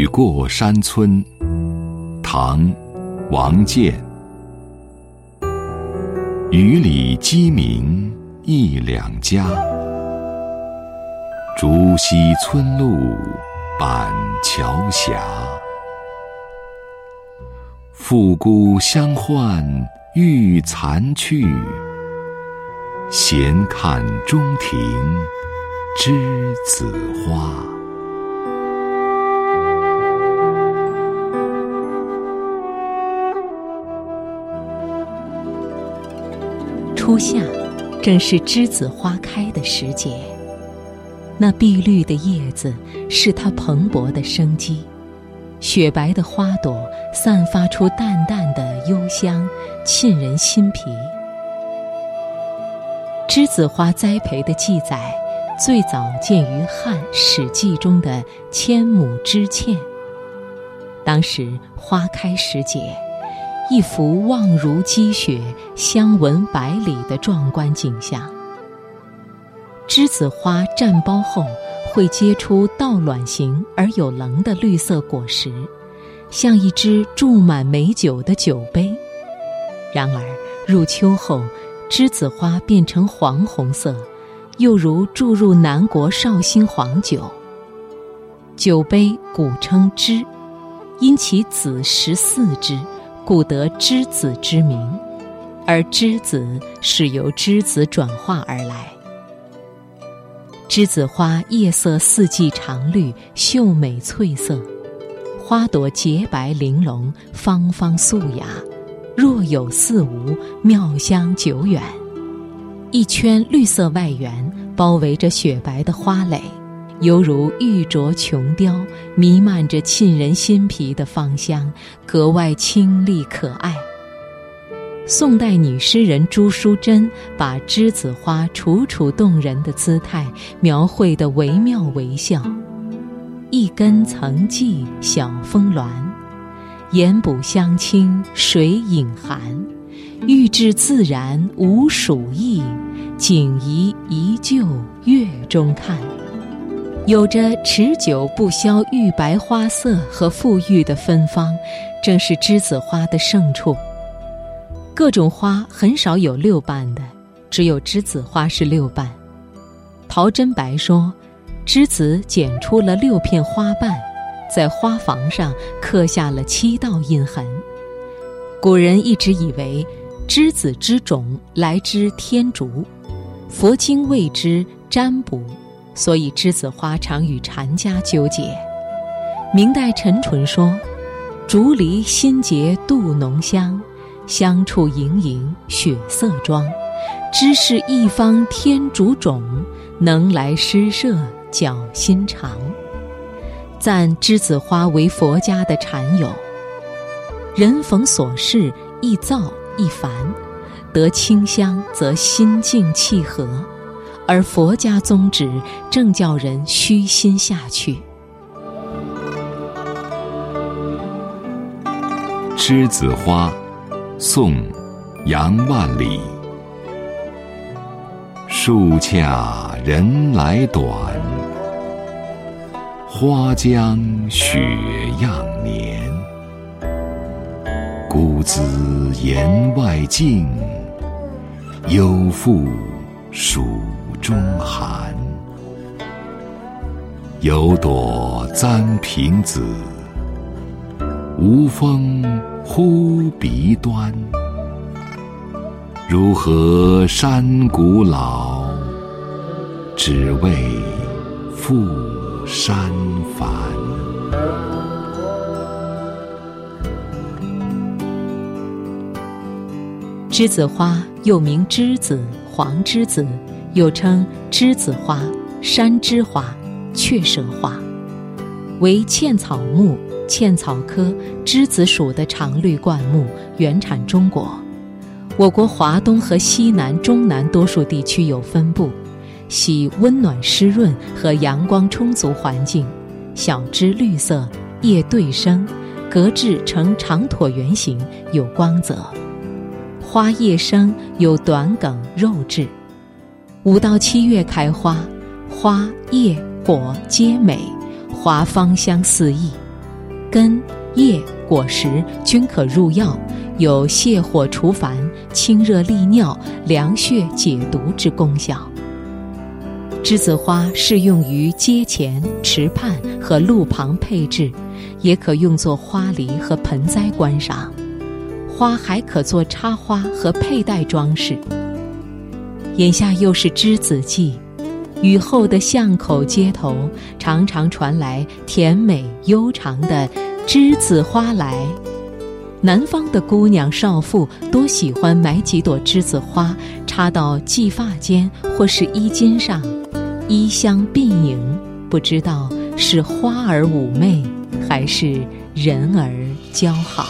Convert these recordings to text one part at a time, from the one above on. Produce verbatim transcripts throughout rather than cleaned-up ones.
雨过山村，唐·王建。雨里鸡鸣一两家，竹溪村路板桥斜。复姑相唤欲残去，闲看中庭栀子花。 初夏，正是栀子花开的时节，那碧绿的叶子是它蓬勃的生机，雪白的花朵散发出淡淡的幽香，沁人心脾。栀子花栽培的记载最早见于汉《史记》中的《千亩之堑》。当时花开时节，一幅望如积雪，香闻百里的壮观景象。栀子花绽苞后会结出倒卵形而有棱的绿色果实，像一只注满美酒的酒杯。然而入秋后，栀子花变成黄红色，又如注入南国绍兴黄酒。酒杯古称栀，因其子十四枝，故得栀子之名，而栀子是由栀子转化而来。栀子花叶色四季常绿，秀美翠色，花朵洁白玲珑，芳芳素雅，若有似无，妙香久远。一圈绿色外缘包围着雪白的花蕾，犹如玉琢琼雕，弥漫着沁人心脾的芳香，格外清丽可爱。宋代女诗人朱淑珍把栀子花楚楚动人的姿态描绘得惟妙惟肖。一根曾记小风鸾，言补相亲水影寒。玉质自然无属意，景宜依旧月中看。有着持久不消玉白花色和馥郁的芬芳，正是栀子花的胜处。各种花很少有六瓣的，只有栀子花是六瓣。陶真白说，栀子剪出了六片花瓣，在花房上刻下了七道印痕。古人一直以为栀子之种来之天竺，佛经谓之占卜，所以栀子花常与禅家纠结。明代陈淳说，竹篱新结杜浓香，香处盈盈雪色妆。知是一方天竺种，能来诗社搅心肠。赞栀子花为佛家的禅友。人逢所事易躁易烦，得清香则心静气和，而佛家宗旨正叫人虚心下去。 栀子花，宋·杨万里。树恰人来短，花将雪样年。孤姿檐外静，幽复蜀中寒。有朵簪瓶子，无风忽鼻端。如何山谷老，只为覆山繁。 栀子花又名栀子、黄栀子，又称栀子花、山栀花、雀舌花，为茜草目茜草科栀子属的常绿灌木，原产中国。我国华东和西南、中南多数地区有分布，喜温暖湿润和阳光充足环境，小枝绿色，叶对生，格质呈长椭圆形，有光泽。花叶生，有短梗肉质。五到七月开花，花叶果皆美，华芳香四溢。 根、叶、果实均可入药，有泻火除烦、清热利尿、凉血解毒之功效。栀子花适用于阶前、池畔和路旁配置，也可用作花梨和盆栽观赏。花还可做插花和佩戴装饰。眼下又是栀子季，雨后的巷口街头常常传来甜美悠长的栀子花来。南方的姑娘少妇多喜欢买几朵栀子花插到髻发间或是衣襟上，衣香鬓影，不知道是花儿妩媚还是人儿姣好。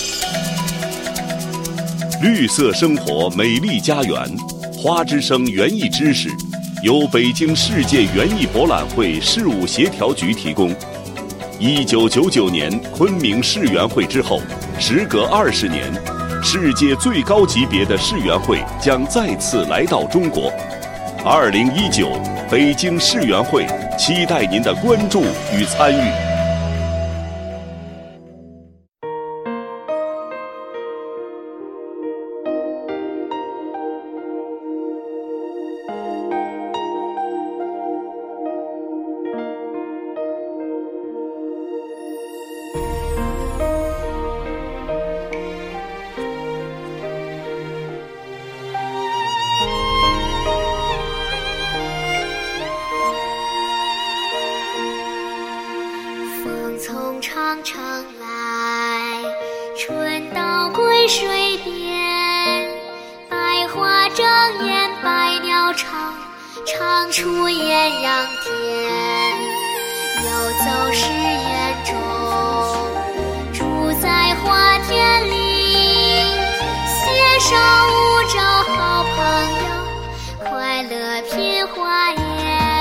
绿色生活，美丽家园，花之声园艺知识由北京世界园艺博览会事务协调局提供。一九九九年昆明世园会之后，时隔二十年，世界最高级别的世园会将再次来到中国。二零一九北京世园会，期待您的关注与参与。 从长城来，春到归水边，百花争艳，百鸟唱，唱出艳阳天。游走诗园中，住在花田里，携手五洲好朋友，快乐品花宴。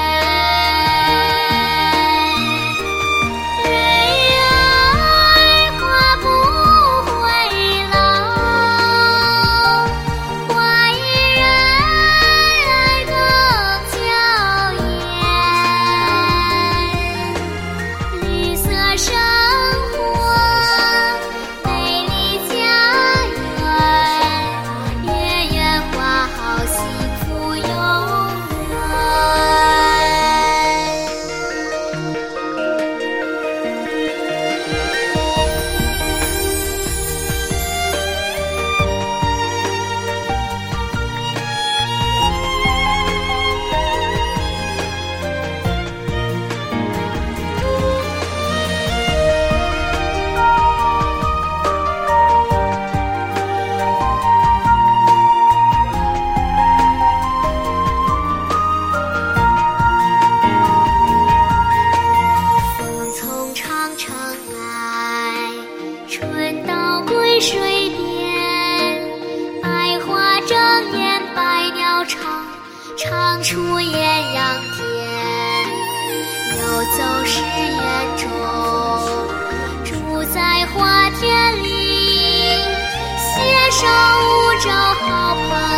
水边，百花争艳，百鸟唱，唱出艳阳天。游走诗园中，住在花田里，携手五洲好朋友。